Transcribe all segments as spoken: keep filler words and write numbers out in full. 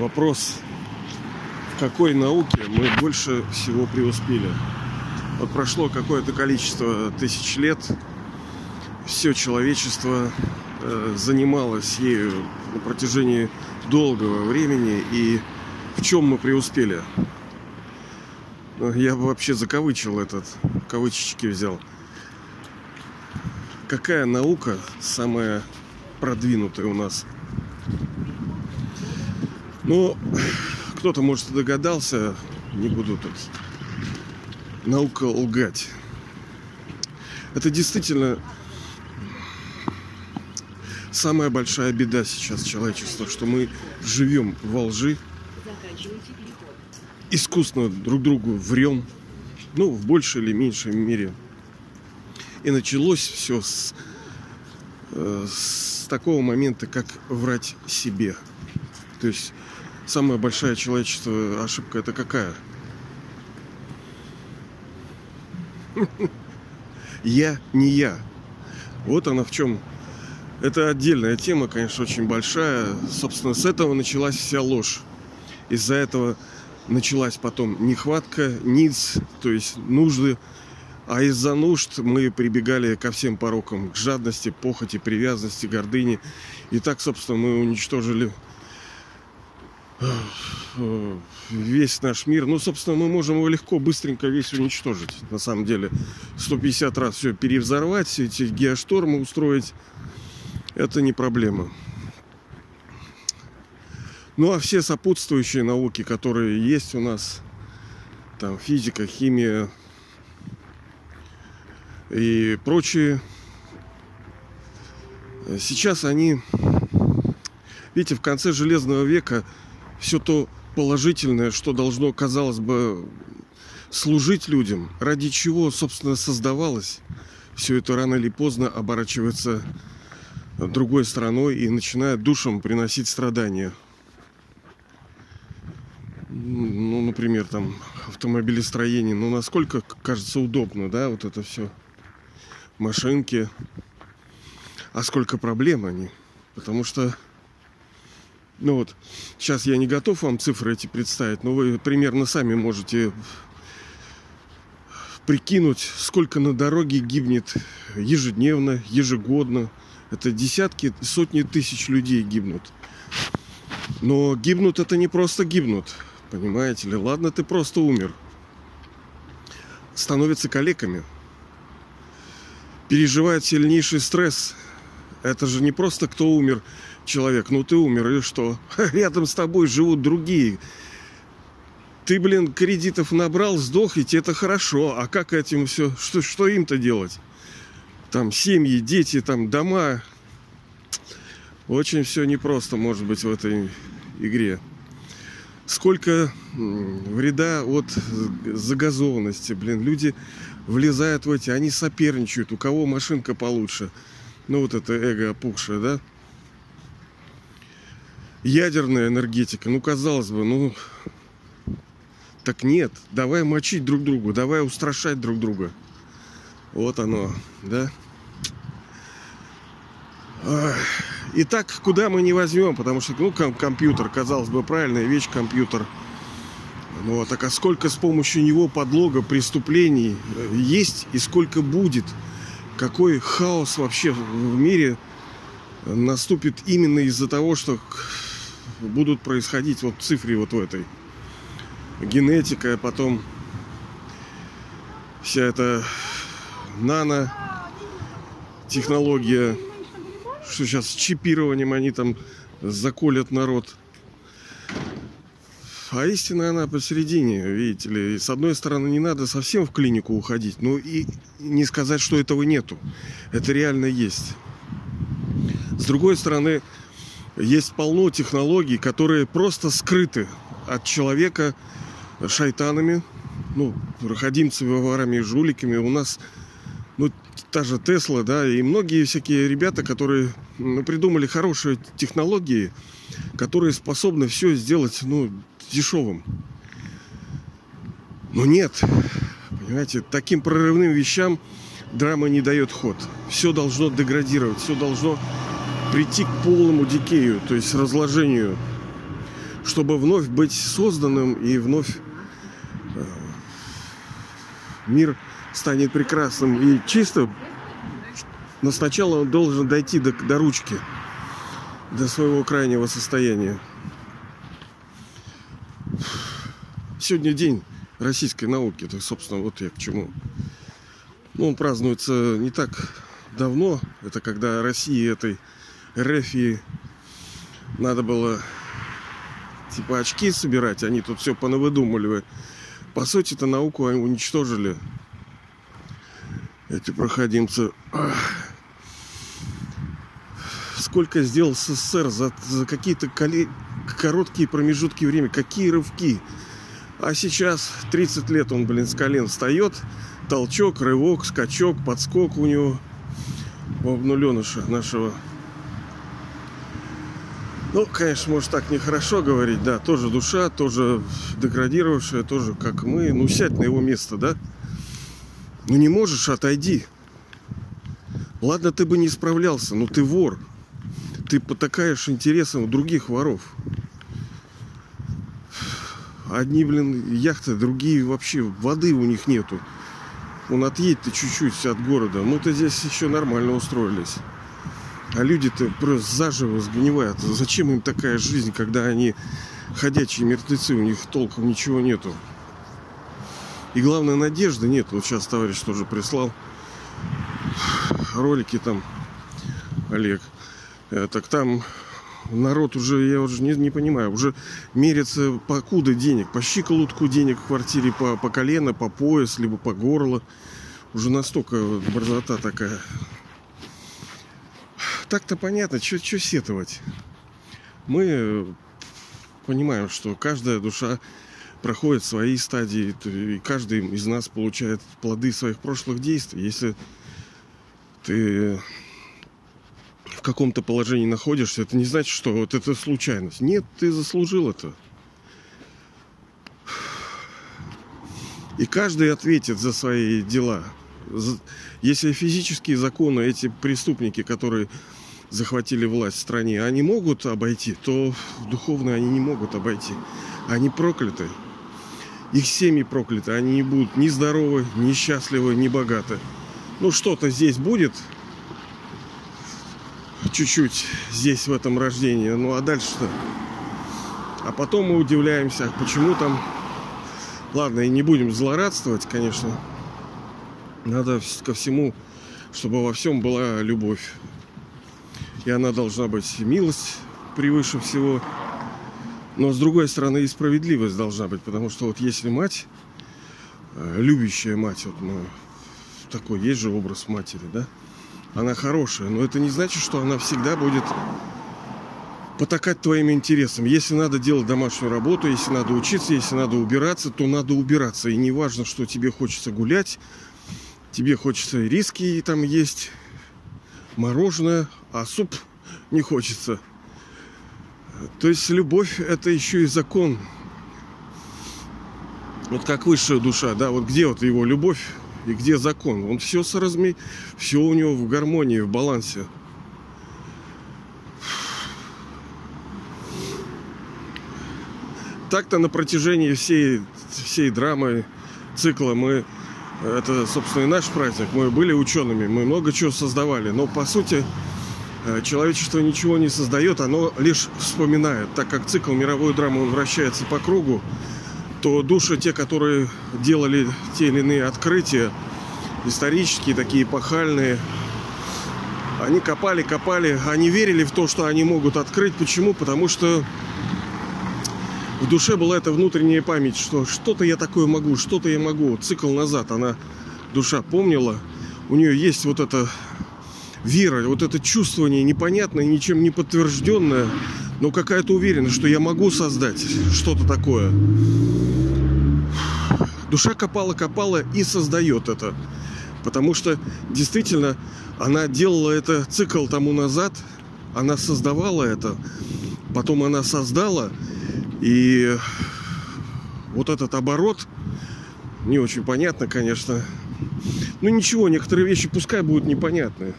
Вопрос, в какой науке мы больше всего преуспели. Вот прошло какое-то количество тысяч лет, все человечество э, занималось ею на протяжении долгого времени, и в чем мы преуспели? Я бы вообще закавычил этот, кавычечки взял. Какая наука самая продвинутая у нас? Ну, кто-то, может, и догадался, не буду тут. Наука лгать. Это действительно самая большая беда сейчас человечества, что мы живем во лжи, искусственно друг другу врем, ну, в большей или меньшей мере. И началось все с, э, с такого момента, как врать себе. То есть самая большая человеческая ошибка — это какая? Я не я. Вот она в чем. Это отдельная тема, конечно, очень большая. Собственно, с этого началась вся ложь. Из-за этого началась потом нехватка, ниц, то есть нужды. А из-за нужд мы прибегали ко всем порокам. К жадности, похоти, привязанности, гордыне. И так, собственно, мы уничтожили весь наш мир. Ну, собственно, мы можем его легко, быстренько весь уничтожить. На самом деле, сто пятьдесят раз все перевзорвать, все эти геоштормы устроить — это не проблема. Ну, а все сопутствующие науки, которые есть у нас, там физика, химия и прочие, сейчас они, видите, в конце Железного века все то положительное, что должно, казалось бы, служить людям, ради чего, собственно, создавалось, все это рано или поздно оборачивается другой стороной и начинает душам приносить страдания. Ну, например, там автомобилестроение. Ну, насколько, кажется, удобно, да, вот это все. Машинки. А сколько проблем они. Потому что, ну вот, сейчас я не готов вам цифры эти представить, но вы примерно сами можете прикинуть, сколько на дороге гибнет ежедневно, ежегодно. Это десятки, сотни тысяч людей гибнут. Но гибнут — это не просто гибнут, понимаете ли? Ладно, ты просто умер. Становятся калеками. Переживает сильнейший стресс. Это же не просто кто умер человек. Ну ты умер, и что? Рядом с тобой живут другие. Ты, блин, кредитов набрал, сдох, и тебе это хорошо. А как этим все? Что, что им-то делать? Там семьи, дети, там дома. Очень все непросто, может быть, в этой игре. Сколько вреда от загазованности, блин. Люди влезают в эти, они соперничают, у кого машинка получше. Ну, вот это эго опухшее, да? Ядерная энергетика, ну, казалось бы, ну... Так нет, давай мочить друг друга, давай устрашать друг друга. Вот оно, да? И так, куда мы не возьмем, потому что, ну, компьютер, казалось бы, правильная вещь, компьютер. Ну, так а сколько с помощью него подлога, преступлений есть и сколько будет? Какой хаос вообще в мире наступит именно из-за того, что будут происходить вот цифры вот в этой. Генетика, потом вся эта нанотехнология, что сейчас с чипированием они там заколят народ. А истина, она посередине, видите ли. С одной стороны, не надо совсем в клинику уходить, но и не сказать, что этого нету. Это реально есть. С другой стороны, есть полно технологий, которые просто скрыты от человека шайтанами, ну, проходимцами, ворами и жуликами. У нас, ну, та же Тесла, да, и многие всякие ребята, которые, ну, придумали хорошие технологии, которые способны все сделать, ну, дешевым. Но нет, понимаете, таким прорывным вещам драма не дает ход. Все должно деградировать, все должно прийти к полному дикею, то есть разложению. чтобы вновь быть созданным и вновь мир станет прекрасным и чистым. Но сначала он должен дойти до, до ручки, до своего крайнего состояния. Сегодня день российской науки. Это, собственно, вот я к чему. Ну, он празднуется не так давно. Это когда России, этой РФ, надо было типа очки собирать. Они тут все понавыдумывали. По сути, это науку они уничтожили. Эти проходимцы. Сколько сделал СССР за, за какие-то коли... короткие промежутки времени. Какие рывки. А сейчас тридцать лет он, блин, с колен встает. Толчок, рывок, скачок, подскок у него. У обнуленыша нашего. Ну, конечно, может так нехорошо говорить, да. Тоже душа, тоже деградировавшая, тоже как мы. Ну, сядь на его место, да. Ну, не можешь, отойди. Ладно, ты бы не справлялся, но ты вор. Ты потакаешь интересам других воров. Одни, блин, яхты, другие вообще воды у них нету. Он отъедет-то чуть-чуть от города. Мы-то здесь еще нормально устроились. А люди-то просто заживо сгнивают. Зачем им такая жизнь, когда они ходячие мертвецы, у них толком ничего нету. И главное, надежды нет. Вот сейчас товарищ тоже прислал ролики там, Олег. Так там народ уже, я уже не, не понимаю, уже мерится покуда денег. По щиколотку денег в квартире, по, по колено, по пояс, либо по горло. Уже настолько борзота такая. Так-то понятно, что сетовать. Мы понимаем, что каждая душа проходит свои стадии, и каждый из нас получает плоды своих прошлых действий. Если ты в каком-то положении находишься, это не значит, что вот это случайность. Нет, ты заслужил это. И каждый ответит за свои дела. Если физические законы, эти преступники, которые захватили власть в стране, они могут обойти, то духовно они не могут обойти. Они прокляты. Их семьи прокляты. Они не будут ни здоровы, ни счастливы, ни богаты. Ну, что-то здесь будет. Чуть-чуть здесь, в этом рождении. Ну, а дальше-то? А потом мы удивляемся, почему там... Ладно, и не будем злорадствовать, конечно. Надо ко всему, чтобы во всем была любовь. И она должна быть милость превыше всего. Но с другой стороны и справедливость должна быть. Потому что вот если мать, любящая мать, вот мы, такой есть же образ матери, да? Она хорошая, но это не значит, что она всегда будет потакать твоим интересам. Если надо делать домашнюю работу, если надо учиться, если надо убираться, то надо убираться. И не важно, что тебе хочется гулять, тебе хочется риски там есть, мороженое, а суп не хочется. То есть любовь — это еще и закон. Вот как высшая душа, да, вот где вот его любовь и где закон? Он все соразме... все у него в гармонии, в балансе. Так-то на протяжении всей, всей драмы, цикла мы... Это, собственно, и наш праздник. Мы были учеными, мы много чего создавали. Но, по сути, человечество ничего не создает, оно лишь вспоминает. Так как цикл мировой драмы, он вращается по кругу, то души, те, которые делали те или иные открытия, исторические, такие эпохальные, они копали, копали, они верили в то, что они могут открыть. Почему? Потому что в душе была эта внутренняя память, что что-то я такое могу, что-то я могу. Цикл назад она, душа, помнила. У нее есть вот эта вера, вот это чувствование непонятное, ничем не подтвержденное, но какая-то уверенность, что я могу создать что-то такое. Душа копала, копала и создает это. Потому что действительно она делала это цикл тому назад, она создавала это, потом она создала. И вот этот оборот, не очень понятно, конечно. Ну ничего, некоторые вещи пускай будут непонятны.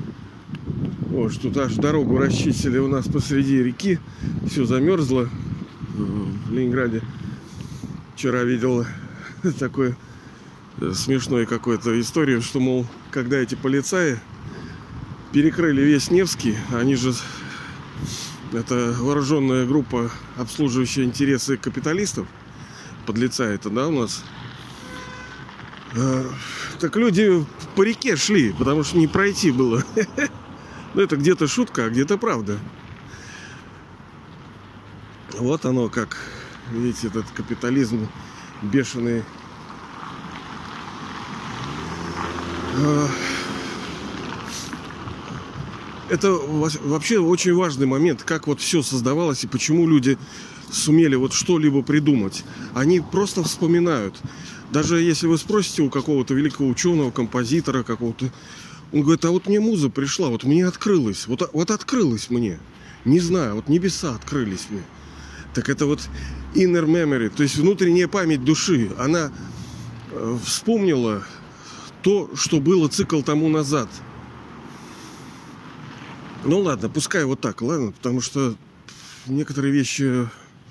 Вот, тут аж дорогу расчистили у нас посреди реки. Все замерзло. в Ленинграде. Вчера видел такой смешной какой-то историю, что, мол, когда эти полицаи перекрыли весь Невский, они же, это вооруженная группа, обслуживающая интересы капиталистов, подлеца это, да, у нас, так люди по реке шли, потому что не пройти было. Ну, это где-то шутка, а где-то правда. Вот оно как, видите, этот капитализм бешеный. Это вообще очень важный момент, как вот все создавалось и почему люди сумели вот что-либо придумать. Они просто вспоминают. Даже если вы спросите у какого-то великого ученого, композитора какого-то, он говорит, а вот мне муза пришла, вот мне открылась, вот, вот открылась мне. Не знаю, вот небеса открылись мне. Так это вот inner memory, то есть внутренняя память души. Она э, вспомнила то, что было цикл тому назад. Ну ладно, пускай вот так, ладно, потому что некоторые вещи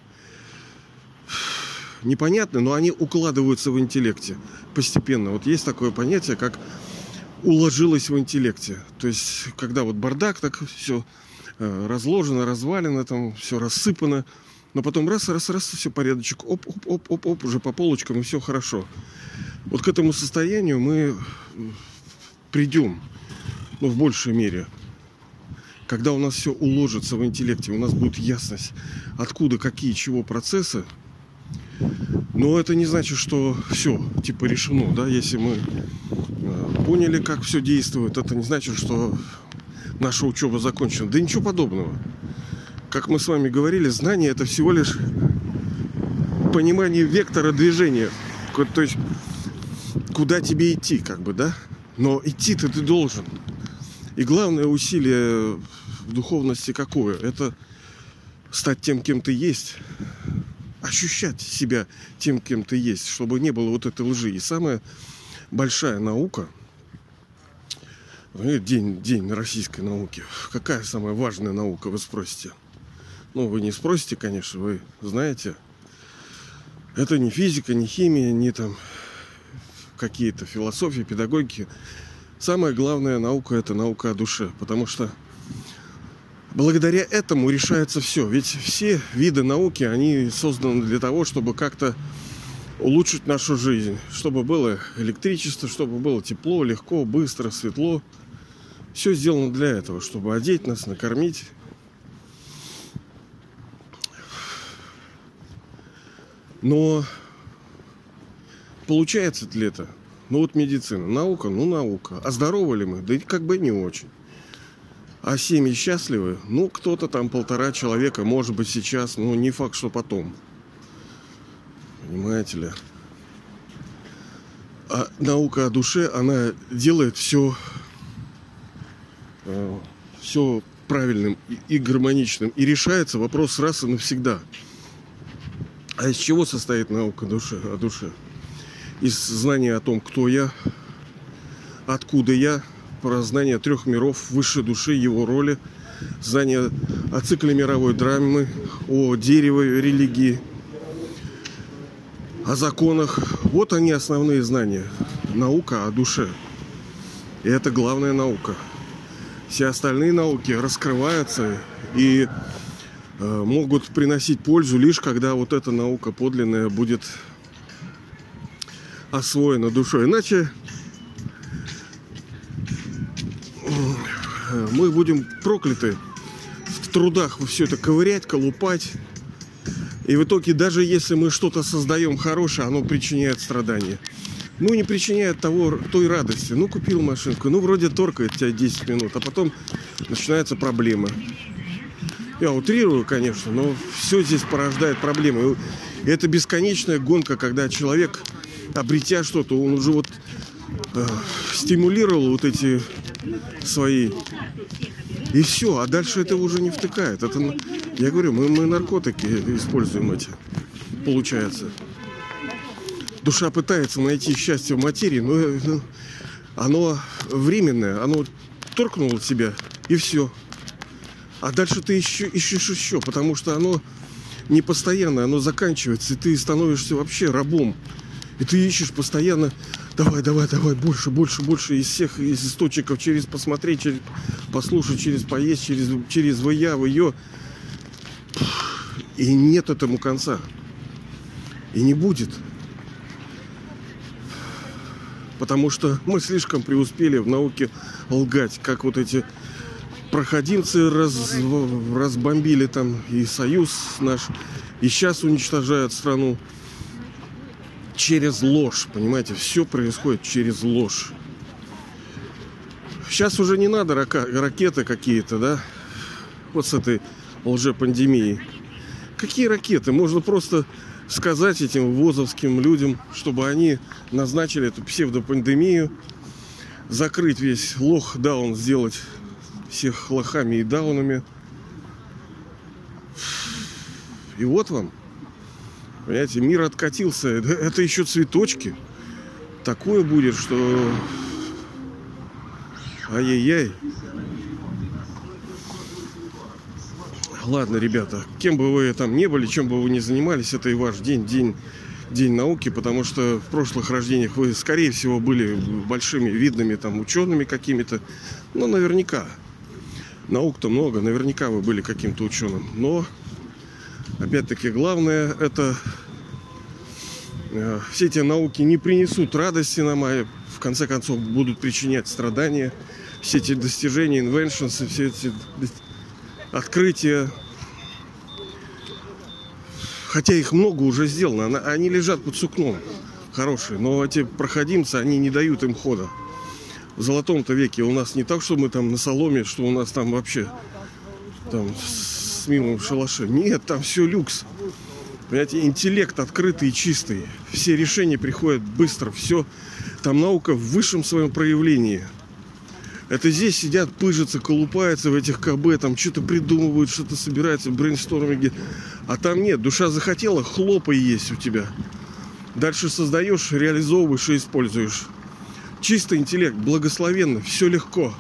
непонятны, но они укладываются в интеллекте постепенно. Вот есть такое понятие, как уложилось в интеллекте. То есть, когда вот бардак, так все э, разложено, развалено, там все рассыпано, но потом раз, раз, раз, все порядочек, оп, оп, оп, оп, оп, уже по полочкам, и все хорошо. Вот к этому состоянию мы придем, ну, в большей мере. Когда у нас все уложится в интеллекте, у нас будет ясность, откуда, какие, чего процессы. Но это не значит, что все, типа, решено, да, если мы поняли, как все действует, это не значит, что наша учеба закончена. Да ничего подобного. Как мы с вами говорили, знание — это всего лишь понимание вектора движения. То есть, куда тебе идти, как бы, да? Но идти-то ты должен. И главное усилие в духовности какое? Это стать тем, кем ты есть. Ощущать себя тем, кем ты есть, чтобы не было вот этой лжи. И самая большая наука, день, день российской науки. Какая самая важная наука, вы спросите? Ну, вы не спросите, конечно, вы знаете. Это не физика, не химия, не там какие-то философии, педагогики. Самая главная наука — это наука о душе. Потому что благодаря этому решается все. Ведь все виды науки, они созданы для того, чтобы как-то улучшить нашу жизнь. Чтобы было электричество, чтобы было тепло, легко, быстро, светло. Все сделано для этого, чтобы одеть нас, накормить. Но получается ли это? Ну вот медицина, наука, ну наука. А здоровы ли мы? Да как бы не очень. А семьи счастливы? Ну, кто-то там, полтора человека, может быть, сейчас, но не факт, что потом. Понимаете ли? А наука о душе, она делает все, э, все правильным и, и гармоничным. И решается вопрос раз и навсегда. А из чего состоит наука душе, о душе? Из знания о том, кто я, откуда я, про знание трех миров, высшей души, его роли, знание о цикле мировой драмы, о дереве религии, о законах. Вот они, основные знания. Наука о душе. И это главная наука. Все остальные науки раскрываются и э, могут приносить пользу лишь когда вот эта наука подлинная будет освоена душой. Иначе мы будем прокляты в трудах все это ковырять, колупать. И в итоге, даже если мы что-то создаем хорошее, оно причиняет страдания. Ну, не причиняет того, той радости. Ну, купил машинку, ну, вроде торкает тебя десять минут, а потом начинается проблема. Я утрирую, конечно, но все здесь порождает проблемы. И это бесконечная гонка, когда человек, обретя что-то, он уже вот э, стимулировал вот эти свои... И все, а дальше это уже не втыкает. Это, я говорю, мы, мы наркотики используем эти, получается. Душа пытается найти счастье в материи, но ну, оно временное, оно торкнуло тебя, и все. А дальше ты еще, ищешь еще, потому что оно не постоянное, оно заканчивается, и ты становишься вообще рабом. И ты ищешь постоянно, давай, давай, давай, больше, больше, больше из всех из источников, через посмотреть, через послушать, через поесть, через, через ВЯ, ВЙО. И нет этому конца. И не будет. Потому что мы слишком преуспели в науке лгать, как вот эти проходимцы раз, разбомбили там и Союз наш, и сейчас уничтожают страну через ложь, понимаете, все происходит через ложь. Сейчас уже не надо рака- ракеты какие-то, да, вот с этой лжепандемией. Какие ракеты? Можно просто сказать этим вузовским людям, чтобы они назначили эту псевдопандемию, закрыть весь лохдаун, сделать всех лохами и даунами. И вот вам, понимаете, мир откатился. Это еще цветочки. Такое будет, что ай-яй-яй. Ладно, ребята, кем бы вы там ни были, чем бы вы ни занимались, это и ваш день, день, день науки, потому что в прошлых рождениях вы, скорее всего, были большими, видными там учеными какими-то. Ну, наверняка. Наук-то много, наверняка вы были каким-то ученым. Но, опять-таки, главное, это э, все эти науки не принесут радости нам, а в конце концов будут причинять страдания. Все эти достижения, inventions, все эти открытия, хотя их много уже сделано, они лежат под сукном, хорошие, но эти проходимцы, они не дают им хода. В золотом-то веке у нас не так, что мы там на соломе, что у нас там вообще там с милым шалашем. Нет, там все люкс. Понимаете, интеллект открытый и чистый. Все решения приходят быстро, все. Там наука в высшем своем проявлении. Это здесь сидят, пыжатся, колупаются в этих КБ, там что-то придумывают, что-то собираются, брейнсторминги. А там нет, душа захотела, хлопай есть у тебя. Дальше создаешь, реализовываешь и используешь. Чистый интеллект, благословенно, все легко.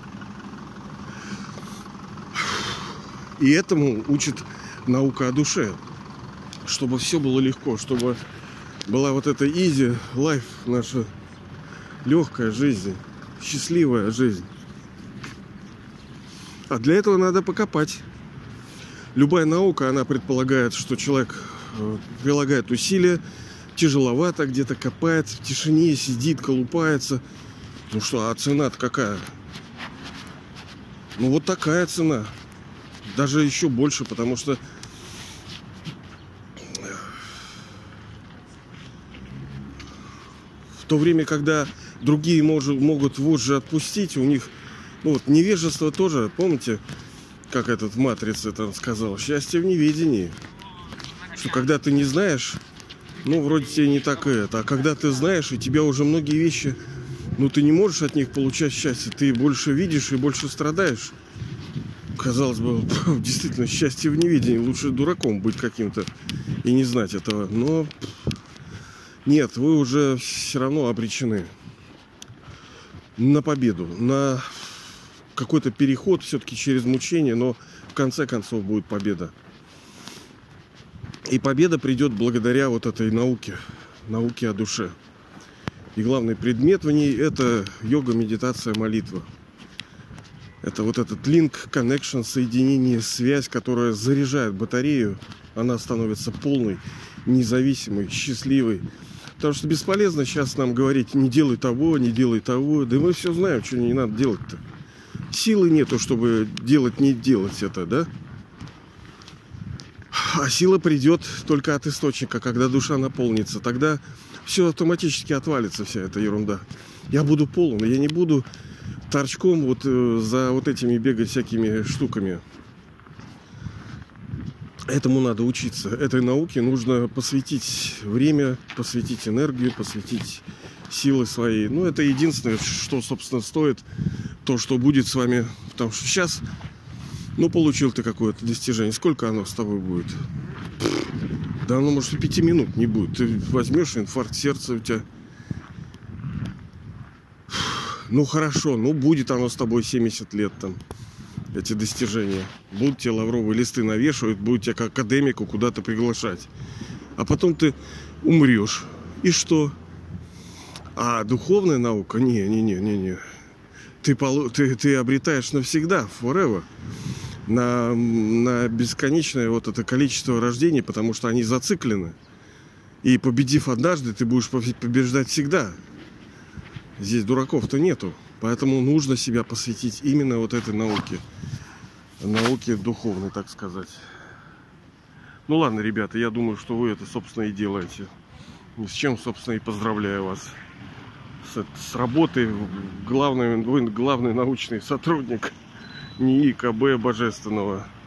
И этому учит наука о душе. Чтобы все было легко, чтобы была вот эта easy life, наша легкая жизнь, счастливая жизнь. А для этого надо покопать. Любая наука, она предполагает, что человек прилагает усилия, тяжеловато где-то копает, в тишине сидит, колупается. Ну что, а цена-то какая? Ну вот такая цена. Даже еще больше, потому что в то время, когда другие может, могут вожжи отпустить, у них, ну вот, невежество тоже, помните, как этот в «Матрице» там сказал, счастье в неведении. Что когда ты не знаешь, ну, вроде тебе не так и это. А когда ты знаешь, и тебя уже многие вещи, ну, ты не можешь от них получать счастье. Ты больше видишь и больше страдаешь. Казалось бы, действительно, счастье в неведении. Лучше дураком быть каким-то и не знать этого. Но нет, вы уже все равно обречены на победу, на какой-то переход все-таки через мучение, но в конце концов будет победа. И победа придет благодаря вот этой науке, науке о душе. И главный предмет в ней — это йога, медитация, молитва. Это вот этот линк, connection, соединение, связь, которая заряжает батарею. Она становится полной, независимой, счастливой. Потому что бесполезно сейчас нам говорить: не делай того, не делай того. Да мы все знаем, что не надо делать-то. Силы нету, чтобы делать, не делать это, да? А сила придет только от источника, когда душа наполнится. Тогда все автоматически отвалится, вся эта ерунда. Я буду полон, я не буду торчком вот за вот этими бегать всякими штуками. Этому надо учиться. Этой науке нужно посвятить время, посвятить энергию, посвятить силы свои. Ну, это единственное, что, собственно, стоит то, что будет с вами. Потому что сейчас, ну, получил ты какое-то достижение. Сколько оно с тобой будет? Да оно, может, и пяти минут не будет. Ты возьмешь инфаркт сердца у тебя. Ну, хорошо, ну, будет оно с тобой семьдесят лет там. эти достижения. Будут тебе лавровые листы навешивать, будут тебя как академику куда-то приглашать. А потом ты умрешь. И что? А духовная наука? Не, не, не, не, не. Ты, ты, ты обретаешь навсегда, forever, на, на бесконечное вот это количество рождений, потому что они зациклены. И победив однажды, ты будешь побеждать всегда. Здесь дураков-то нету. Поэтому нужно себя посвятить именно вот этой науке. Науке духовной, так сказать. Ну ладно, ребята, я думаю, что вы это, собственно, и делаете. С чем, собственно, и поздравляю вас. С, с работой. Главный, вы главный научный сотрудник НИИ КБ Божественного.